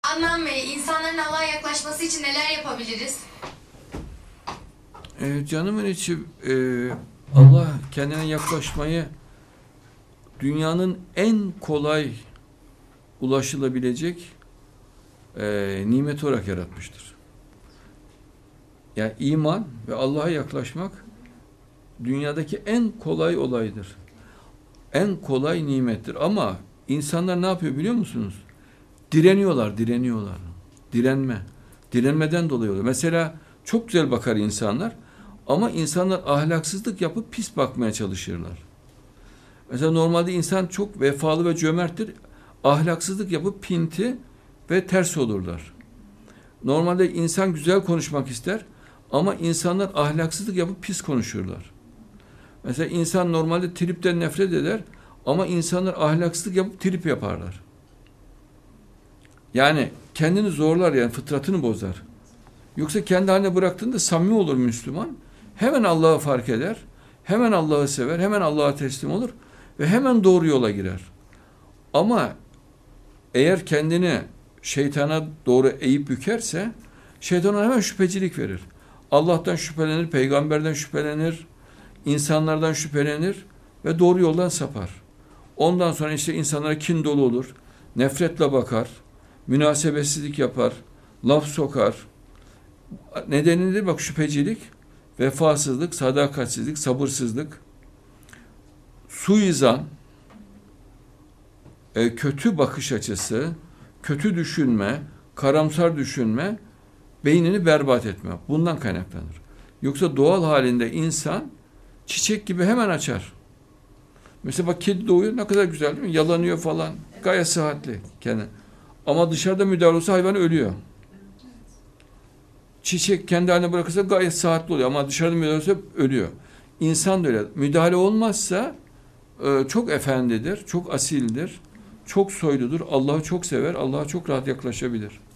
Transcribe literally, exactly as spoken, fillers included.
Adnan Bey, insanların Allah'a yaklaşması için neler yapabiliriz? Ee, canımın içi e, Allah kendine yaklaşmayı dünyanın en kolay ulaşılabilecek e, nimet olarak yaratmıştır. Yani iman ve Allah'a yaklaşmak dünyadaki en kolay olaydır. En kolay nimettir. Ama insanlar ne yapıyor biliyor musunuz? Direniyorlar, direniyorlar. Direnme. Direnmeden dolayı oluyor. Mesela çok güzel bakar insanlar ama insanlar ahlaksızlık yapıp pis bakmaya çalışırlar. Mesela normalde insan çok vefalı ve cömerttir. Ahlaksızlık yapıp pinti ve ters olurlar. Normalde insan güzel konuşmak ister ama insanlar ahlaksızlık yapıp pis konuşurlar. Mesela insan normalde tripten nefret eder ama insanlar ahlaksızlık yapıp trip yaparlar. Yani kendini zorlar, yani fıtratını bozar. Yoksa kendi haline bıraktığında samimi olur Müslüman. Hemen Allah'ı fark eder. Hemen Allah'ı sever. Hemen Allah'a teslim olur. Ve hemen doğru yola girer. Ama eğer kendini şeytana doğru eğip bükerse şeytan ona hemen şüphecilik verir. Allah'tan şüphelenir, peygamberden şüphelenir, insanlardan şüphelenir ve doğru yoldan sapar. Ondan sonra işte insanlara kin dolu olur, nefretle bakar, münasebetsizlik yapar, laf sokar. Nedeni nedir? Bak, şüphecilik, vefasızlık, sadakatsizlik, sabırsızlık, suizan, e, kötü bakış açısı, kötü düşünme, karamsar düşünme, beynini berbat etme. Bundan kaynaklanır. Yoksa doğal halinde insan çiçek gibi hemen açar. Mesela bak, kedi doğuyor, ne kadar güzel değil mi? Yalanıyor falan. Gayet sıhhatli kendi. Ama dışarıda müdahale olsa hayvan ölüyor. Çiçek kendi haline bırakırsa gayet sıhhatli oluyor ama dışarıda müdahale olsa ölüyor. İnsan da öyle. Müdahale olmazsa çok efendidir, çok asildir, çok soyludur, Allah'ı çok sever, Allah'a çok rahat yaklaşabilir.